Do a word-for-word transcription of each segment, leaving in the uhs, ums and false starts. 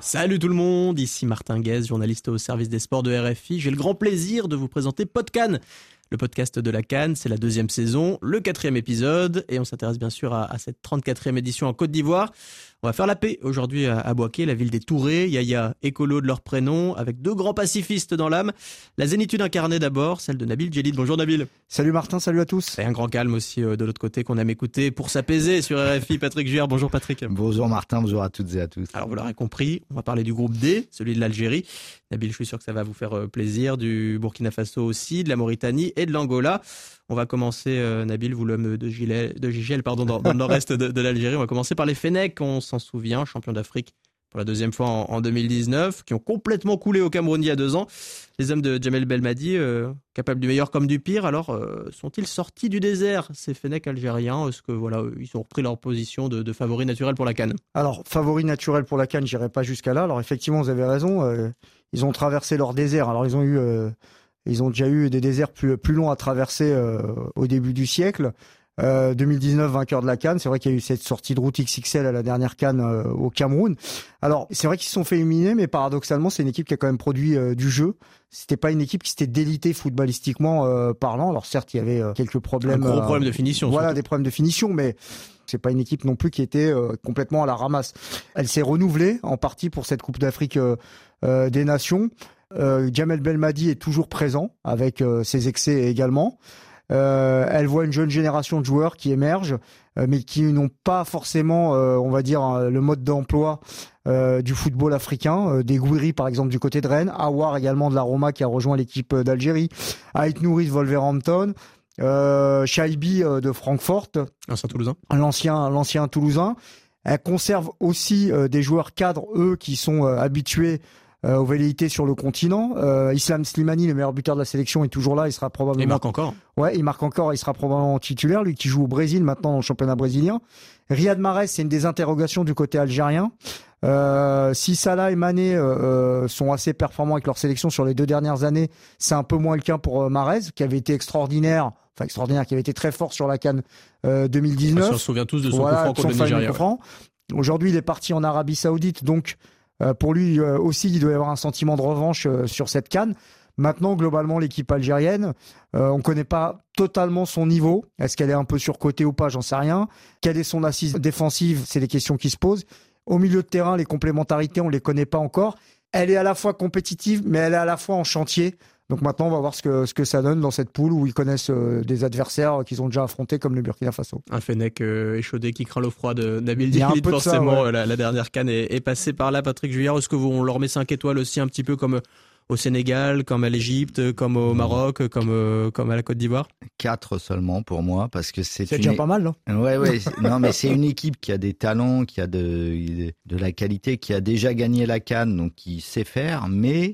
Salut tout le monde, ici Martin Guez, journaliste au service des sports de R F I. J'ai le grand plaisir de vous présenter PodCan, le podcast de la CAN. C'est la deuxième saison, le quatrième épisode, et on s'intéresse bien sûr à, à cette trente-quatrième édition en Côte d'Ivoire. On va faire la paix aujourd'hui à, à Bouaké, la ville des Tourés, Yaya Écolo de leur prénom, avec deux grands pacifistes dans l'âme. La zénitude incarnée d'abord, celle de Nabil Djellit. Bonjour Nabil. Salut Martin, salut à tous. Et un grand calme aussi euh, de l'autre côté qu'on aime écouter pour s'apaiser sur R F I, Patrick Juillard. Bonjour Patrick. Bonjour Martin, bonjour à toutes et à tous. Alors vous l'aurez compris, on va parler du groupe D, celui de l'Algérie. Nabil, je suis sûr que ça va vous faire plaisir, du Burkina Faso aussi, de la Mauritanie et de l'Angola. On va commencer, euh, Nabil, vous l'homme de, Gilet, de J G L, pardon, dans, dans le nord-est de, de l'Algérie. On va commencer par les Fennecs, on s'en souvient, champions d'Afrique pour la deuxième fois en, en deux mille dix-neuf, qui ont complètement coulé au Cameroun il y a deux ans. Les hommes de Djamel Belmadi, euh, capables du meilleur comme du pire, alors euh, sont-ils sortis du désert, ces Fennecs algériens? Est-ce que voilà, ils ont repris leur position de, de favoris naturels pour la CAN? Alors, favoris naturels pour la CAN, j'irai pas jusqu'à là. Alors effectivement, vous avez raison, euh, ils ont traversé leur désert. Alors ils ont eu... Euh... Ils ont déjà eu des déserts plus, plus longs à traverser euh, au début du siècle. Euh, deux mille dix-neuf, vainqueur de la CAN. C'est vrai qu'il y a eu cette sortie de route X X L à la dernière CAN euh, au Cameroun. Alors, c'est vrai qu'ils se sont fait éliminer, mais paradoxalement, c'est une équipe qui a quand même produit euh, du jeu. C'était pas une équipe qui s'était délitée footballistiquement euh, parlant. Alors certes, il y avait euh, quelques problèmes. Un gros euh, problème de finition. Voilà, surtout. des problèmes de finition, mais c'est pas une équipe non plus qui était euh, complètement à la ramasse. Elle s'est renouvelée en partie pour cette Coupe d'Afrique euh, euh, des Nations. Euh, Djamel Belmadi est toujours présent avec euh, ses excès également. Euh, elle voit une jeune génération de joueurs qui émergent, euh, mais qui n'ont pas forcément, euh, on va dire, le mode d'emploi euh, du football africain. Euh, des Gouiri, par exemple, du côté de Rennes. Awar également de la Roma qui a rejoint l'équipe d'Algérie. Ait Nouri de Wolverhampton. Euh, Shaibi euh, de Francfort. Ancien Toulousain. L'ancien, l'ancien Toulousain. Elle conserve aussi euh, des joueurs cadres, eux, qui sont euh, habitués Euh, aux velléités sur le continent. Euh, Islam Slimani, le meilleur buteur de la sélection, est toujours là. Il sera probablement. Il marque encore. Ouais, il marque encore. Il sera probablement titulaire. Lui qui joue au Brésil maintenant dans le championnat brésilien. Riyad Mahrez, c'est une des interrogations du côté algérien. Euh, si Salah et Mané euh, sont assez performants avec leur sélection sur les deux dernières années, c'est un peu moins le cas pour euh, Mahrez, qui avait été extraordinaire. Enfin, extraordinaire, qui avait été très fort sur la CAN euh, deux mille dix-neuf. On se souvient tous de son voilà, coup franc contre le Nigeria. Ouais. Aujourd'hui, il est parti en Arabie Saoudite, donc. Euh, pour lui euh, aussi, il doit y avoir un sentiment de revanche euh, sur cette CAN. Maintenant, globalement, l'équipe algérienne, euh, on ne connaît pas totalement son niveau. Est-ce qu'elle est un peu surcotée ou pas? J'en sais rien. Quelle est son assise défensive? C'est les questions qui se posent. Au milieu de terrain, les complémentarités, on ne les connaît pas encore. Elle est à la fois compétitive, mais elle est à la fois en chantier. Donc maintenant, on va voir ce que, ce que ça donne dans cette poule où ils connaissent euh, des adversaires qu'ils ont déjà affrontés comme le Burkina Faso. Un Fennec euh, échaudé qui craint l'eau froide de Nabil Djellit, forcément. Ça, ouais. la, la dernière CAN est, est passée par là. Patrick Juillard, est-ce que vous, on leur met cinq étoiles aussi un petit peu comme au Sénégal, comme à l'Égypte, comme au Maroc, comme, euh, comme à la Côte d'Ivoire? Quatre seulement pour moi, parce que c'est, c'est une... déjà pas mal, non? Ouais, ouais. Non, mais c'est une équipe qui a des talents, qui a de, de la qualité, qui a déjà gagné la CAN, donc qui sait faire, mais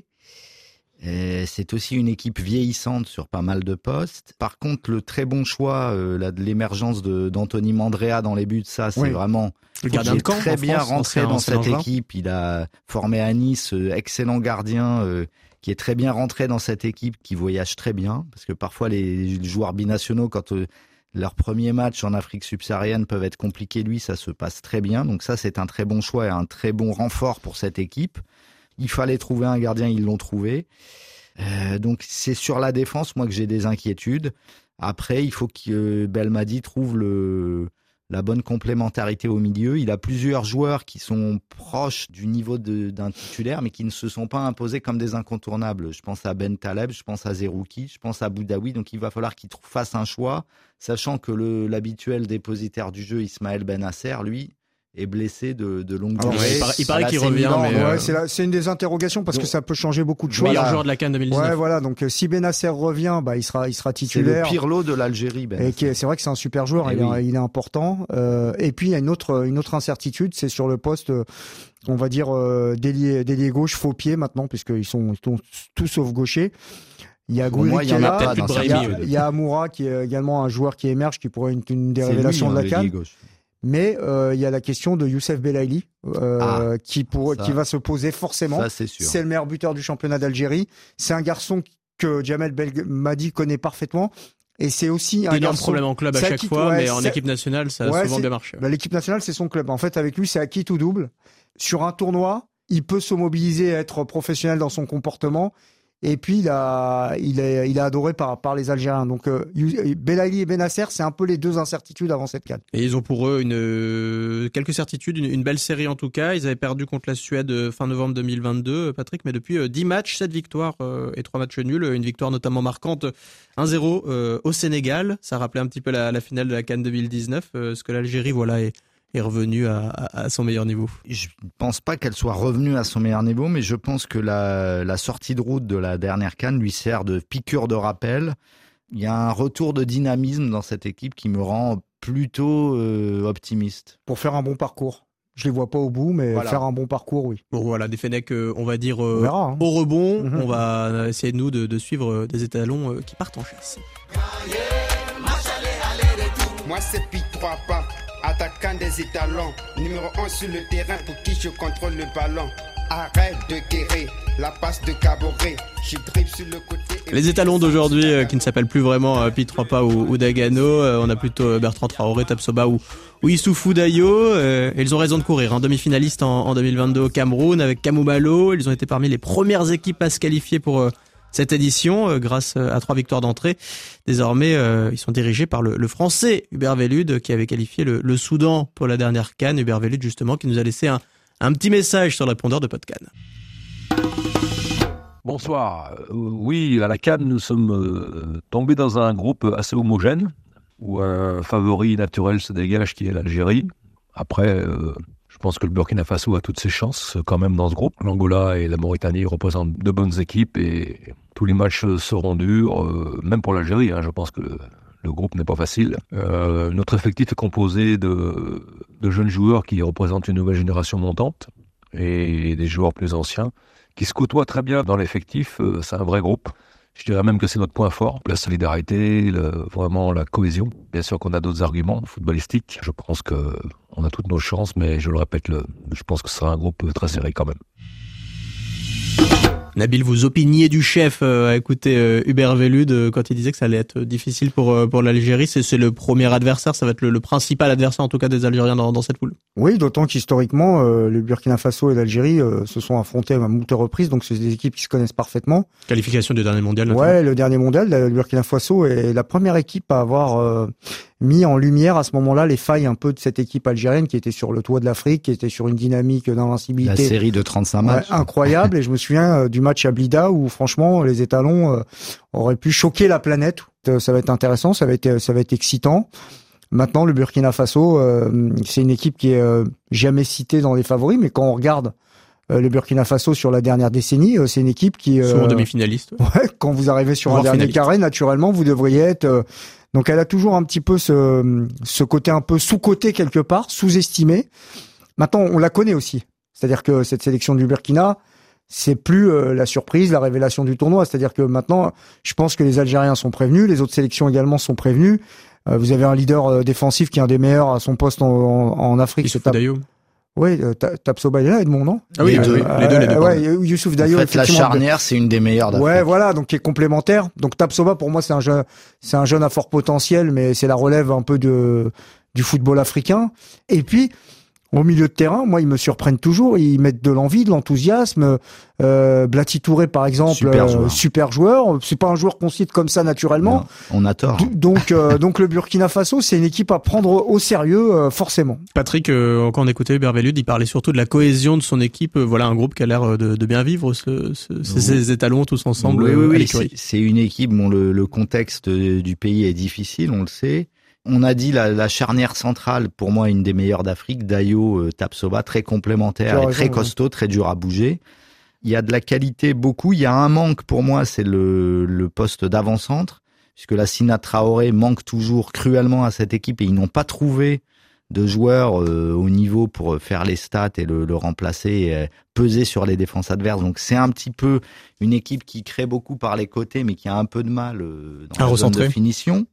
Euh, c'est aussi une équipe vieillissante sur pas mal de postes. Par contre, le très bon choix, euh, là, de l'émergence de, d'Anthony Mandrea dans les buts, ça, c'est oui. vraiment... Le gardien de camp, très bien France, rentré ancien, dans ancien cette équipe. Il a formé à Nice, euh, excellent gardien, euh, qui est très bien rentré dans cette équipe, qui voyage très bien. Parce que parfois, les, les joueurs binationaux, quand euh, leurs premiers matchs en Afrique subsaharienne peuvent être compliqués, lui, ça se passe très bien. Donc ça, c'est un très bon choix et un très bon renfort pour cette équipe. Il fallait trouver un gardien, ils l'ont trouvé. Euh, donc c'est sur la défense, moi, que j'ai des inquiétudes. Après, il faut que euh, Belmadi trouve le, la bonne complémentarité au milieu. Il a plusieurs joueurs qui sont proches du niveau de, d'un titulaire, mais qui ne se sont pas imposés comme des incontournables. Je pense à Ben Taleb, je pense à Zerouki, je pense à Boudaoui. Donc il va falloir qu'il trouve, fasse un choix, sachant que le, l'habituel dépositaire du jeu, Ismaël Benasser, lui, est blessé de, de longue durée. Ouais, il paraît, il paraît qu'il revient. Non, mais ouais, euh... c'est, la, c'est une des interrogations parce donc, que ça peut changer beaucoup de choses. Meilleur joueur de la CAN deux mille dix-neuf. Ouais, voilà. Donc si Benasser revient, bah il sera, il sera titulaire. C'est le Pirlo de l'Algérie. Ben. Et qui est, c'est vrai que c'est un super joueur. Il, oui. est, il est important. Euh, et puis il y a une autre, une autre incertitude, c'est sur le poste, on va dire euh, d'ailier, d'ailier gauche, faux pied maintenant, puisqu'ils sont, ils sont tous sauf gauchers. Il y a Gouiri qui est là. Il y a, il y a Amoura qui est également un joueur qui émerge, qui pourrait être une, une des c'est révélations lui, de la CAN. Mais euh, il y a la question de Youssef Belaïli euh, ah, qui, pour, qui va se poser forcément. Ça, c'est sûr. C'est le meilleur buteur du championnat d'Algérie. C'est un garçon que Djamel Belmadi connaît parfaitement. Et c'est aussi un énorme garçon... problème en club à chaque fois, ouais, mais en équipe nationale, ça a ouais, souvent bien marché. Bah, l'équipe nationale, c'est son club. En fait, avec lui, c'est acquis tout double. Sur un tournoi, il peut se mobiliser, être professionnel dans son comportement. Et puis, il, a, il, est, il est adoré par, par les Algériens. Donc, euh, Belaïli et Benasser, c'est un peu les deux incertitudes avant cette CAN. Et ils ont pour eux une, euh, quelques certitudes, une, une belle série en tout cas. Ils avaient perdu contre la Suède fin novembre deux mille vingt-deux, Patrick, mais depuis euh, dix matchs, sept victoires euh, et trois matchs nuls. Une victoire notamment marquante, un zéro euh, au Sénégal. Ça rappelait un petit peu la, la finale de la CAN deux mille dix-neuf, euh, ce que l'Algérie, voilà, est... est revenue à, à, à son meilleur niveau. Je ne pense pas qu'elle soit revenue à son meilleur niveau, mais je pense que la, la sortie de route de la dernière CAN lui sert de piqûre de rappel. Il y a un retour de dynamisme dans cette équipe qui me rend plutôt euh, optimiste. Pour faire un bon parcours. Je les vois pas au bout, mais voilà. Faire un bon parcours, oui. Bon voilà, des Fennecs, euh, on va dire euh, on verra, hein. Au rebond. Mm-hmm. On va essayer nous de, de suivre des étalons euh, qui partent en chasse. Moi c'est Pi trois pas. Attaquant des étalons, numéro un sur le terrain pour qui je contrôle le ballon. Arrête de guérir, la passe de Caboret, je dribble sur le côté. Les étalons d'aujourd'hui euh, qui ne s'appellent plus vraiment euh, Pi trois pas ou, ou Dagano, euh, on a plutôt euh, Bertrand Traoré, Tapsoba ou, ou Issoufou Dayo. Euh, et ils ont raison de courir, hein. Demi-finaliste en, en deux mille vingt-deux au Cameroun avec Kamou Malo. Ils ont été parmi les premières équipes à se qualifier pour euh, cette édition, euh, grâce à trois victoires d'entrée. Désormais, euh, ils sont dirigés par le, le Français Hubert Velud, qui avait qualifié le, le Soudan pour la dernière CAN. Hubert Velud, justement, qui nous a laissé un, un petit message sur le répondeur de PodCan. Bonsoir. Euh, oui, à la CAN, nous sommes euh, tombés dans un groupe assez homogène, où un favori naturel se dégage, qui est l'Algérie. Après... Euh, Je pense que le Burkina Faso a toutes ses chances quand même dans ce groupe. L'Angola et la Mauritanie représentent de bonnes équipes et tous les matchs seront durs, euh, même pour l'Algérie. Hein, je pense que le, le groupe n'est pas facile. Euh, notre effectif est composé de, de jeunes joueurs qui représentent une nouvelle génération montante et des joueurs plus anciens qui se côtoient très bien dans l'effectif. Euh, c'est un vrai groupe. Je dirais même que c'est notre point fort, la solidarité, le, vraiment la cohésion. Bien sûr qu'on a d'autres arguments footballistiques. Je pense qu'on a toutes nos chances, mais je le répète, le, je pense que ce sera un groupe très serré quand même. Nabil, vous opiniez du chef euh, à écouter euh, Hubert Velud euh, quand il disait que ça allait être difficile pour euh, pour l'Algérie. C'est, c'est le premier adversaire, ça va être le, le principal adversaire en tout cas des Algériens dans, dans cette poule. Oui, d'autant qu'historiquement, euh, le Burkina Faso et l'Algérie euh, se sont affrontés à moult reprises, donc c'est des équipes qui se connaissent parfaitement. Qualification du dernier mondial. Notamment. Ouais, le dernier mondial, le Burkina Faso est la première équipe à avoir euh, mis en lumière à ce moment-là les failles un peu de cette équipe algérienne qui était sur le toit de l'Afrique, qui était sur une dynamique d'invincibilité. La série de trente-cinq matchs. Ouais, incroyable. Et je me souviens euh, du match à Blida où franchement les étalons euh, auraient pu choquer la planète. Euh, ça va être intéressant, ça va être, ça va être excitant. Maintenant, le Burkina Faso, euh, c'est une équipe qui est euh, jamais citée dans les favoris, mais quand on regarde euh, le Burkina Faso sur la dernière décennie, euh, c'est une équipe qui... Euh, Souvent demi-finaliste. Ouais, quand vous arrivez sur Voire un dernier finaliste. carré, naturellement, vous devriez être... Euh, donc elle a toujours un petit peu ce, ce côté un peu sous-coté quelque part, sous-estimé. Maintenant, on la connaît aussi. C'est-à-dire que cette sélection du Burkina, c'est plus euh, la surprise, la révélation du tournoi. C'est-à-dire que maintenant, je pense que les Algériens sont prévenus, les autres sélections également sont prévenues. Euh, vous avez un leader euh, défensif qui est un des meilleurs à son poste en, en, en Afrique. Youssouf Dayo. Oui, euh, Tapsoba est là, Edmond, non? Ah oui, les, oui, deux. oui, les deux, les deux. Euh, ouais, Youssouf Dayo. En fait, la charnière, c'est une des meilleures d'Afrique. Ouais, voilà, donc qui est complémentaire. Donc Tapsoba, pour moi, c'est un jeune, c'est un jeune à fort potentiel, mais c'est la relève un peu de du football africain. Et puis, au milieu de terrain, moi, ils me surprennent toujours. Ils mettent de l'envie, de l'enthousiasme. Euh, Blati Touré, par exemple, super joueur. Euh, super joueur. C'est pas un joueur qu'on cite comme ça naturellement. Non, on a tort. D- donc, euh, donc le Burkina Faso, c'est une équipe à prendre au sérieux, euh, forcément. Patrick, euh, quand on écoutait Hubert Velud, il parlait surtout de la cohésion de son équipe. Euh, voilà un groupe qui a l'air de, de bien vivre, ce, ce, ces, ces étalons tous ensemble. Oui, euh, oui, à oui. l'écurie. C'est, c'est une équipe. Bon, le, le contexte du pays est difficile, on le sait. On a dit la, la charnière centrale, pour moi, une des meilleures d'Afrique. Dayo, euh, Tapsoba, très complémentaire, et très costaud, très dur à bouger. Il y a de la qualité beaucoup. Il y a un manque pour moi, c'est le, le poste d'avant-centre, puisque la Sina Traoré manque toujours cruellement à cette équipe et ils n'ont pas trouvé de joueurs euh, au niveau pour faire les stats et le, le remplacer et euh, peser sur les défenses adverses. Donc c'est un petit peu une équipe qui crée beaucoup par les côtés, mais qui a un peu de mal euh, dans à la recentrer. zone de finition.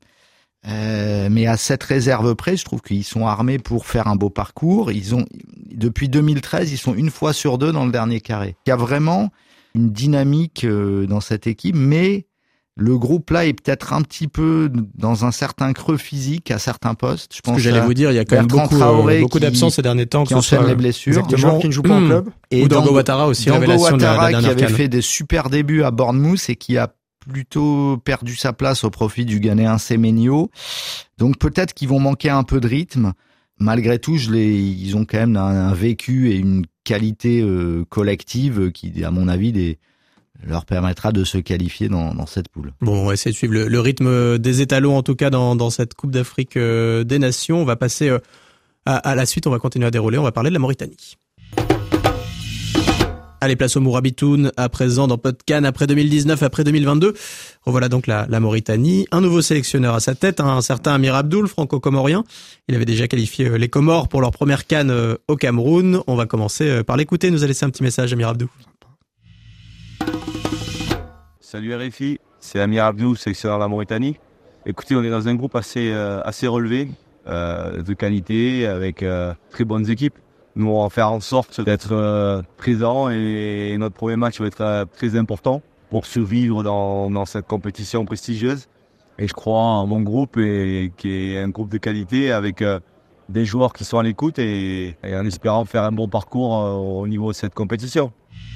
Euh, mais à cette réserve près, je trouve qu'ils sont armés pour faire un beau parcours. Ils ont, depuis deux mille treize, ils sont une fois sur deux dans le dernier carré. Il y a vraiment une dynamique euh, dans cette équipe, mais Le groupe là est peut-être un petit peu dans un certain creux physique à certains postes. Je pense que j'allais vous dire, il y a quand même Bertrand beaucoup, Traoré euh, beaucoup qui, d'absence ces derniers temps. Qui enchaîne les blessures. Des joueurs qui ne jouent pas en club. Et Ou Dango Ouattara aussi, Dango révélation de la, Ouattara la dernière qui avait CAN. fait des super débuts à Bournemouth et qui a plutôt perdu sa place au profit du Ghanéen Semenyo. Donc peut-être qu'ils vont manquer un peu de rythme. Malgré tout, je les, ils ont quand même un, un vécu et une qualité euh, collective qui, à mon avis, les, leur permettra de se qualifier dans, dans cette poule. Bon, on va essayer de suivre le, le rythme des étalons, en tout cas, dans, dans cette Coupe d'Afrique euh, des Nations. On va passer euh, à, à la suite, on va continuer à dérouler, on va parler de la Mauritanie. Allez, place au Mourabitoun, à présent dans Podcan, après deux mille dix-neuf, après deux mille vingt-deux. Revoilà donc la, la Mauritanie. Un nouveau sélectionneur à sa tête, un certain Amir Abdoul, franco-comorien. Il avait déjà qualifié les Comores pour leur première CAN au Cameroun. On va commencer par l'écouter. Il nous a laissé un petit message, Amir Abdoul. Salut R F I, c'est Amir Abdoul, sélectionneur de la Mauritanie. Écoutez, on est dans un groupe assez, euh, assez relevé, euh, de qualité, avec euh, très bonnes équipes. Nous, on va faire en sorte d'être euh, présents et notre premier match va être euh, très important pour survivre dans, dans cette compétition prestigieuse. Et je crois en mon groupe, et, qui est un groupe de qualité avec euh, des joueurs qui sont à l'écoute et, et en espérant faire un bon parcours euh, au niveau de cette compétition.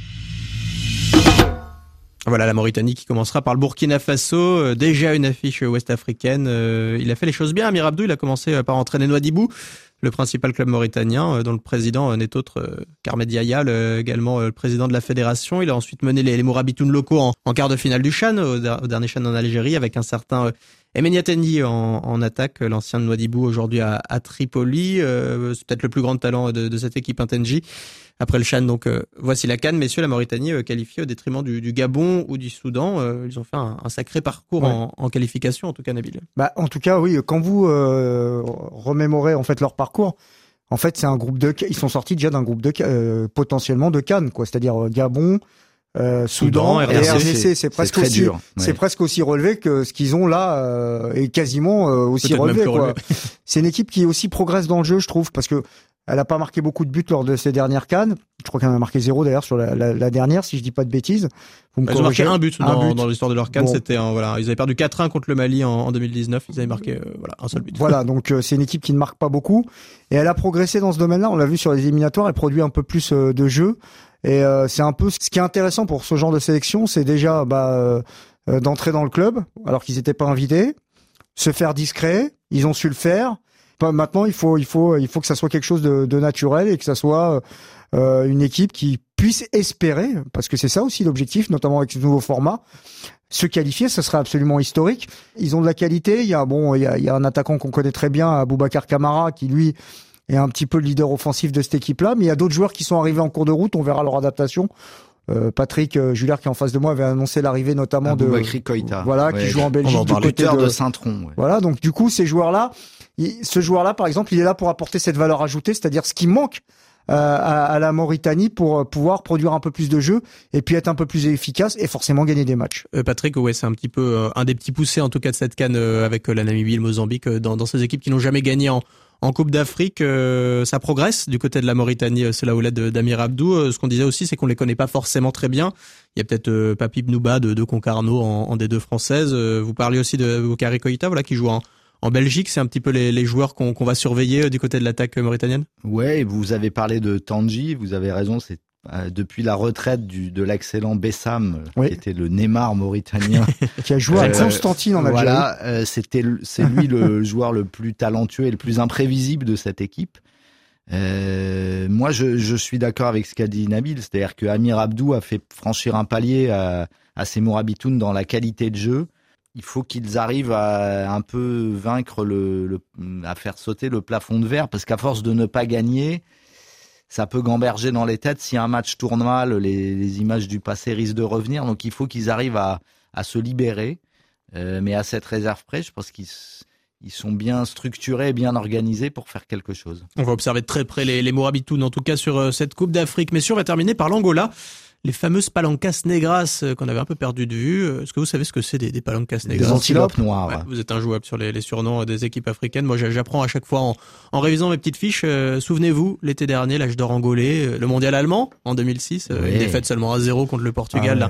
Voilà la Mauritanie qui commencera par le Burkina Faso, euh, déjà une affiche ouest-africaine. Euh, il a fait les choses bien, Amir Abdoul. Il a commencé par entraîner Nouadhibou, le principal club mauritanien, euh, dont le président euh, n'est autre euh, qu'Ahmed Yahya, le, également euh, le président de la fédération. Il a ensuite mené les, les Mourabitoun locaux en, en quart de finale du CHAN, au, au dernier CHAN en Algérie, avec un certain euh, Emenia Tendi en, en attaque, l'ancien de Nouadhibou, aujourd'hui à, à Tripoli. Euh, c'est peut-être le plus grand talent de, de cette équipe, Tendi. Après le CHAN, donc euh, voici la CAN, messieurs, la Mauritanie euh, qualifiée au détriment du, du Gabon ou du Soudan. Euh, ils ont fait un, un sacré parcours ouais. en, en qualification, en tout cas, Nabil. Bah, en tout cas, oui. Quand vous euh, remémorez en fait leur parcours, en fait, c'est un groupe de, ils sont sortis déjà d'un groupe de euh, potentiellement de CAN, quoi. C'est-à-dire Gabon, euh, Soudan, Soudan et R G C. C'est, c'est, c'est presque aussi, dur, ouais. c'est presque aussi relevé que ce qu'ils ont là euh, et quasiment euh, aussi Peut-être relevé, quoi. Relevé. C'est une équipe qui aussi progresse dans le jeu, je trouve, parce que elle a pas marqué beaucoup de buts lors de ses dernières CAN. Je crois qu'elle en a marqué zéro d'ailleurs sur la, la, la dernière, si je dis pas de bêtises. Vous me Ils ont marqué un but, un dans, but dans l'histoire de leur CAN. Bon. C'était un, voilà, ils avaient perdu quatre un contre le Mali en, en deux mille dix-neuf. Ils avaient marqué euh, voilà un seul but. Voilà, donc euh, c'est une équipe qui ne marque pas beaucoup et elle a progressé dans ce domaine-là. On l'a vu sur les éliminatoires, elle produit un peu plus euh, de jeu et euh, c'est un peu ce qui est intéressant pour ce genre de sélection, c'est déjà bah, euh, d'entrer dans le club alors qu'ils n'étaient pas invités, se faire discret. Ils ont su le faire. Maintenant, il faut, il faut, il faut que ça soit quelque chose de, de naturel et que ça soit euh, une équipe qui puisse espérer, parce que c'est ça aussi l'objectif, notamment avec ce nouveau format, se qualifier. Ça serait absolument historique. Ils ont de la qualité. Il y a bon, il y a, il y a un attaquant qu'on connaît très bien, Aboubacar Kamara, qui lui est un petit peu le leader offensif de cette équipe-là. Mais il y a d'autres joueurs qui sont arrivés en cours de route. On verra leur adaptation. Euh, Patrick euh, Jullard qui est en face de moi avait annoncé l'arrivée notamment Aboubakry de Koïta, voilà, ouais, qui joue en Belgique du côté de, de, de Saint-Tron. Ouais. Voilà, donc du coup ces joueurs-là, il, ce joueur-là par exemple, il est là pour apporter cette valeur ajoutée, c'est-à-dire ce qui manque euh, à, à la Mauritanie pour euh, pouvoir produire un peu plus de jeu et puis être un peu plus efficace et forcément gagner des matchs. Euh, Patrick, ouais, c'est un petit peu euh, un des petits poussés en tout cas de cette CAN euh, avec euh, la Namibie et le Mozambique euh, dans, dans ces équipes qui n'ont jamais gagné en En Coupe d'Afrique, euh, ça progresse du côté de la Mauritanie, c'est là où l'aide d'Amir Abdou. Euh, ce qu'on disait aussi, c'est qu'on les connaît pas forcément très bien. Il y a peut-être euh, Papi Bnouba de, de Concarneau en, en D deux française. Euh, vous parliez aussi de Aboubakry Koïta, voilà, qui joue en, en Belgique. C'est un petit peu les, les joueurs qu'on, qu'on va surveiller euh, du côté de l'attaque mauritanienne. Ouais, vous avez parlé de Tanji, vous avez raison, c'est Euh, depuis la retraite du, de l'excellent Bessam, oui. qui était le Neymar mauritanien, qui a joué à euh, Constantine en Algérie. Voilà, euh, c'était, c'est lui le joueur le plus talentueux et le plus imprévisible de cette équipe. Euh, moi, je, je suis d'accord avec ce qu'a dit Nabil, c'est-à-dire que Amir Abdou a fait franchir un palier à, à ces Mourabitoun dans la qualité de jeu. Il faut qu'ils arrivent à un peu vaincre le, le, à faire sauter le plafond de verre, parce qu'à force de ne pas gagner, ça peut gamberger dans les têtes. Si un match tourne mal, les, les images du passé risquent de revenir. Donc il faut qu'ils arrivent à, à se libérer. Euh, mais à cette réserve près, je pense qu'ils ils sont bien structurés et bien organisés pour faire quelque chose. On va observer de très près les, les Mourabitoun, en tout cas sur euh, cette Coupe d'Afrique. Messieurs, on va terminer par l'Angola. Les fameuses palancas negras euh, qu'on avait un peu perdu de vue. Est-ce que vous savez ce que c'est des, des palancas negras? Des antilopes noires. Ouais, vous êtes injouable sur les, les surnoms des équipes africaines. Moi, j'apprends à chaque fois en, en révisant mes petites fiches. Euh, souvenez-vous, l'été dernier, l'âge d'or angolais, le mondial allemand en deux mille six, euh, oui. Une défaite seulement à zéro contre le Portugal. Ah ouais. Là.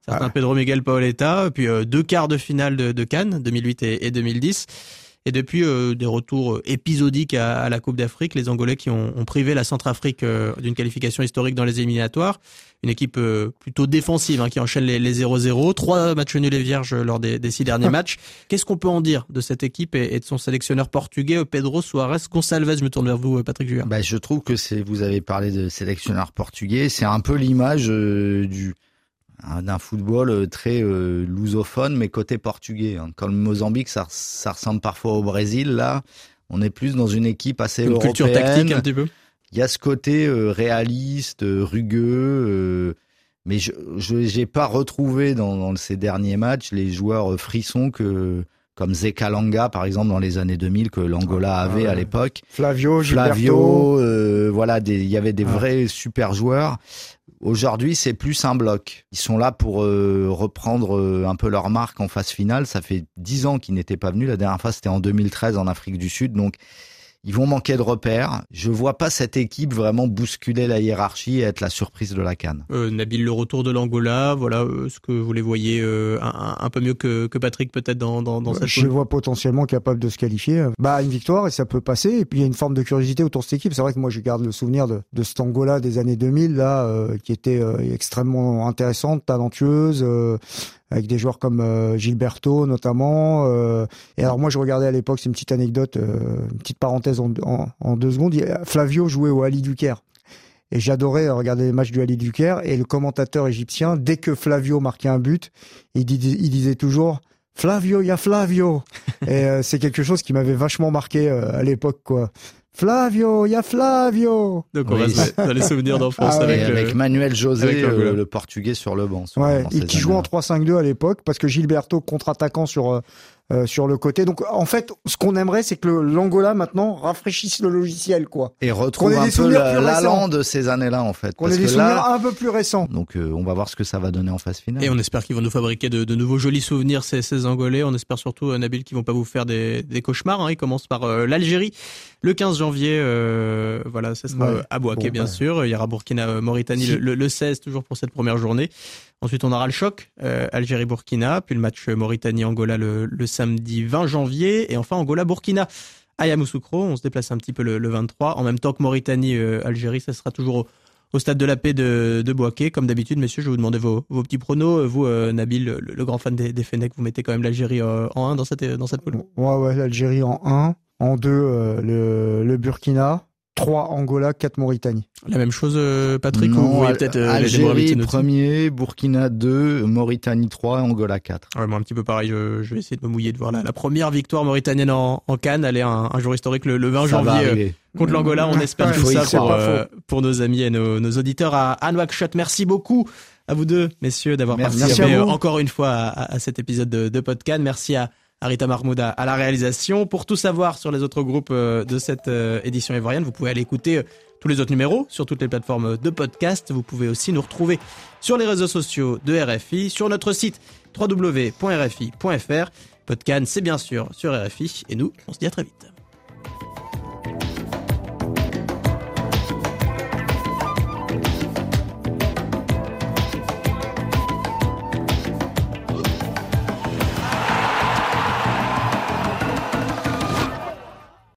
certain Ah. Pedro Miguel Paoletta, puis euh, deux quarts de finale de, de Cannes, deux mille huit et, et deux mille dix. Et depuis euh, des retours épisodiques à, à la Coupe d'Afrique, les Angolais qui ont, ont privé la Centrafrique euh, d'une qualification historique dans les éliminatoires. Une équipe euh, plutôt défensive hein, qui enchaîne les, les zéro zéro. Trois matchs nuls et vierges lors des, des six derniers matchs. Qu'est-ce qu'on peut en dire de cette équipe et, et de son sélectionneur portugais, Pedro Soares Gonçalves? Je me tourne vers vous, Patrick Juillard. Bah, je trouve que c'est, vous avez parlé de sélectionneur portugais, c'est un peu l'image euh, du d'un football très euh, lusophone, mais côté portugais. Hein. Comme le Mozambique, ça, ça ressemble parfois au Brésil. Là, on est plus dans une équipe assez Une européenne. culture tactique un petit peu. Il y a ce côté euh, réaliste, euh, rugueux, euh, mais je je j'ai pas retrouvé dans, dans ces derniers matchs les joueurs euh, frissons que comme Zekalanga par exemple dans les années deux mille que l'Angola avait ouais. à l'époque. Flavio, Gilberto. Flavio, euh, voilà, des, il y avait des Ouais. vrais super joueurs. Aujourd'hui, c'est plus un bloc. Ils sont là pour euh, reprendre euh, un peu leur marque en phase finale. Ça fait dix ans qu'ils n'étaient pas venus. La dernière fois, c'était en deux mille treize en Afrique du Sud. Donc, ils vont manquer de repères. Je vois pas cette équipe vraiment bousculer la hiérarchie et être la surprise de la CAN. Euh, Nabil, le retour de l'Angola, voilà, euh, ce que vous les voyez euh, un, un peu mieux que, que Patrick peut-être dans, dans, dans cette Je les poule. vois potentiellement capables de se qualifier. Bah, une victoire et ça peut passer. Et puis il y a une forme de curiosité autour de cette équipe. C'est vrai que moi je garde le souvenir de, de cet Angola des années deux mille là, euh, qui était euh, extrêmement intéressante, talentueuse, euh, avec des joueurs comme euh, Gilberto notamment. Euh, et alors moi je regardais à l'époque, c'est une petite anecdote, euh, une petite parenthèse en, en, en deux secondes. Flavio jouait au Ali du Caire. Et j'adorais regarder les matchs du Ali du Caire. Et le commentateur égyptien, dès que Flavio marquait un but, il disait, il disait toujours Flavio, il y a Flavio. Et euh, c'est quelque chose qui m'avait vachement marqué euh, à l'époque, quoi. Flavio, il y a Flavio. Donc on Oui, reste c'est- dans les souvenirs d'enfance Ah ouais. avec, Et avec le- Manuel José, avec l'Angola. euh, le portugais sur le banc. souvent, Ouais, dans et ces qui jouait en années-là. trois cinq deux à l'époque, parce que Gilberto contre-attaquant sur euh, euh, sur le côté. Donc en fait, ce qu'on aimerait, c'est que le- l'Angola maintenant rafraîchisse le logiciel, quoi. Et retrouve Qu'on ait un des peu souvenirs la- plus récents. l'allant de ces années-là, en fait. Qu'on Parce ait des que souvenirs là, un peu plus récents. donc euh, on va voir ce que ça va donner en phase finale. Et on espère qu'ils vont nous fabriquer de, de nouveaux jolis souvenirs, ces, ces Angolais. On espère surtout, euh, Nabil, qu'ils vont pas vous faire des, des cauchemars. Hein. Ils commencent par euh, l'Algérie le quinze janvier. Euh, voilà, ça sera Ouais. euh, à Bouaké, Bon, bien ouais. sûr. Il y aura Burkina-Mauritanie Si. le, le, le seize, toujours pour cette première journée. Ensuite, on aura le choc, euh, Algérie-Burkina, puis le match Mauritanie-Angola le, le samedi vingt janvier, et enfin Angola-Burkina à Yamoussoukro. On se déplace un petit peu le, le vingt-trois. En même temps que Mauritanie-Algérie, ça sera toujours au, au stade de la Paix de, de Bouaké. Comme d'habitude, messieurs, je vais vous demander vos, vos petits pronos. Vous, euh, Nabil, le, le grand fan des, des Fennecs, vous mettez quand même l'Algérie euh, en un dans cette, dans cette poule. Ouais, ouais, l'Algérie en un. En deux, euh, le, le Burkina. trois Angola, quatre Mauritanie. La même chose, euh, Patrick, ou vous Non, voyez Al- peut-être euh, les Algérie Mourabitines au-dessus? premier, Burkina deux, Mauritanie trois, Angola quatre. Ouais, moi un petit peu pareil, je, je vais essayer de me mouiller de voir la, la première victoire mauritanienne en, en Cannes. Elle est un, un jour historique le, le vingt Ça va janvier euh, arriver. contre l'Angola. On espère Ouais, tout faut y ça croire. pour, C'est pas euh, pour nos amis et nos, nos auditeurs à, à Nouakchott. Merci beaucoup à vous deux, messieurs, d'avoir Merci. participé Merci à euh, vous. encore une fois à, à, à cet épisode de, de podcast. Merci à Arita Mahmoud à, à la réalisation. Pour tout savoir sur les autres groupes euh, de cette euh, édition ivoirienne, vous pouvez aller écouter euh, tous les autres numéros sur toutes les plateformes de podcast. Vous pouvez aussi nous retrouver sur les réseaux sociaux de R F I, sur notre site w w w point r f i point f r. Podcast, c'est bien sûr sur R F I. Et nous, on se dit à très vite.